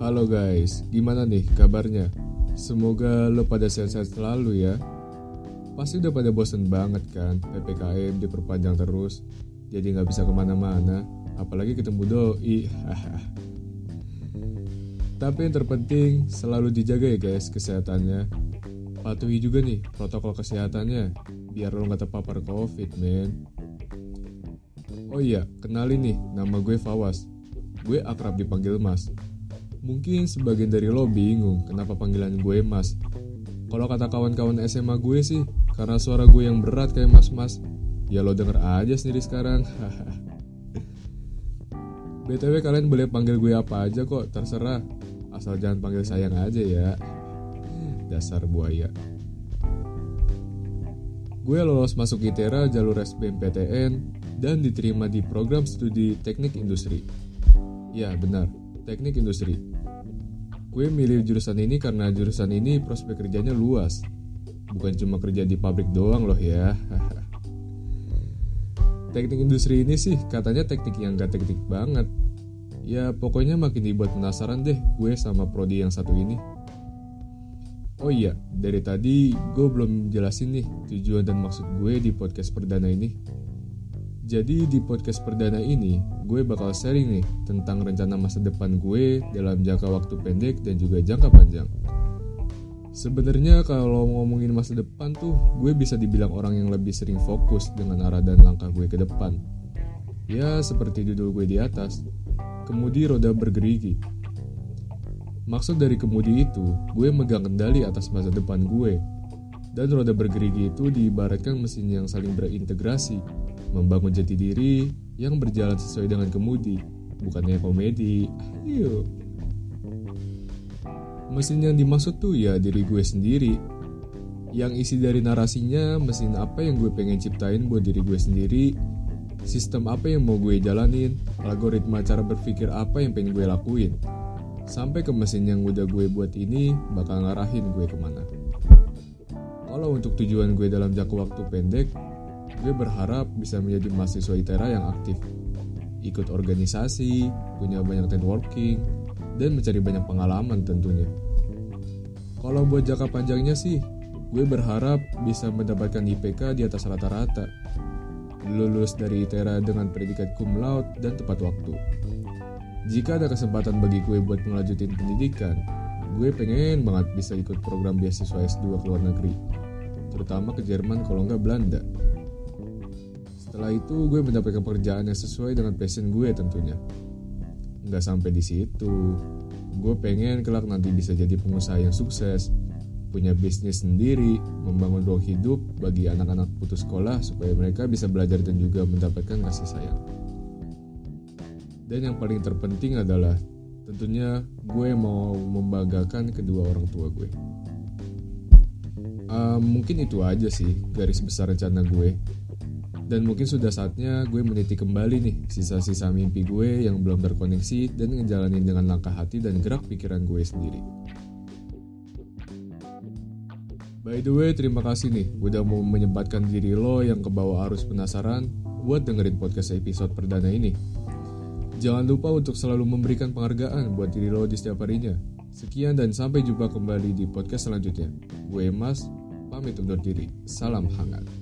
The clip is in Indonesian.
Halo guys, gimana nih kabarnya? Semoga lo pada sehat-sehat selalu ya. Pasti udah pada bosen banget kan, PPKM diperpanjang terus, jadi gak bisa kemana-mana, apalagi ketemu doi. Tapi yang terpenting selalu dijaga ya guys kesehatannya. Patuhi juga nih protokol kesehatannya, biar lo gak terpapar COVID men. Oh iya, kenalin nih, nama gue Fawas. Gue akrab dipanggil Mas. Mungkin sebagian dari lo bingung kenapa panggilan gue Mas. Kalau kata kawan-kawan SMA gue sih, karena suara gue yang berat kayak mas-mas. Ya lo denger aja sendiri sekarang. BTW kalian boleh panggil gue apa aja kok, terserah. Asal jangan panggil sayang aja ya. Dasar buaya. Gue lolos masuk ITERA jalur SBMPTN dan diterima di program studi teknik industri. Ya benar, teknik industri. Gue milih jurusan ini karena jurusan ini prospek kerjanya luas. Bukan cuma kerja di pabrik doang loh ya. Teknik industri ini sih katanya teknik yang gak teknik banget. Ya pokoknya makin dibuat penasaran deh gue sama prodi yang satu ini. Oh iya, dari tadi gue belum jelasin nih tujuan dan maksud gue di podcast perdana ini. Jadi di podcast perdana ini, gue bakal sharing nih tentang rencana masa depan gue dalam jangka waktu pendek dan juga jangka panjang. Sebenarnya kalau ngomongin masa depan tuh, gue bisa dibilang orang yang lebih sering fokus dengan arah dan langkah gue ke depan. Ya seperti judul gue di atas, kemudi roda bergerigi. Maksud dari kemudi itu, gue megang kendali atas masa depan gue. Dan roda bergerigi itu diibaratkan mesin yang saling berintegrasi, membangun jati diri yang berjalan sesuai dengan kemudi, bukannya komedi. Ayo. Mesin yang dimaksud tuh ya diri gue sendiri. Yang isi dari narasinya, mesin apa yang gue pengen ciptain buat diri gue sendiri, sistem apa yang mau gue jalanin, algoritma cara berpikir apa yang pengen gue lakuin, sampai ke mesin yang udah gue buat ini bakal ngarahin gue kemana. Kalau untuk tujuan gue dalam jangka waktu pendek, gue berharap bisa menjadi mahasiswa ITERA yang aktif, ikut organisasi, punya banyak networking, dan mencari banyak pengalaman tentunya. Kalau buat jangka panjangnya sih, gue berharap bisa mendapatkan IPK di atas rata-rata, lulus dari ITERA dengan predikat cum laude dan tepat waktu. Jika ada kesempatan bagi gue buat ngelanjutin pendidikan, gue pengen banget bisa ikut program beasiswa S2 ke luar negeri, terutama ke Jerman kalau nggak Belanda. Setelah itu gue mendapatkan pekerjaan yang sesuai dengan passion gue tentunya. Nggak sampai di situ, gue pengen kelak nanti bisa jadi pengusaha yang sukses, punya bisnis sendiri, membangun ruang hidup bagi anak-anak putus sekolah supaya mereka bisa belajar dan juga mendapatkan kasih sayang. Dan yang paling terpenting adalah tentunya gue mau membanggakan kedua orang tua gue. Mungkin itu aja sih garis besar rencana gue. Dan mungkin sudah saatnya gue meniti kembali nih sisa-sisa mimpi gue yang belum terkoneksi dan ngejalanin dengan langkah hati dan gerak pikiran gue sendiri. By the way, terima kasih nih udah mau menyempatkan diri lo yang kebawa arus penasaran buat dengerin podcast episode perdana ini. Jangan lupa untuk selalu memberikan penghargaan buat diri lo di setiap harinya. Sekian dan sampai jumpa kembali di podcast selanjutnya. Gue Mas, pamit undur diri. Salam hangat.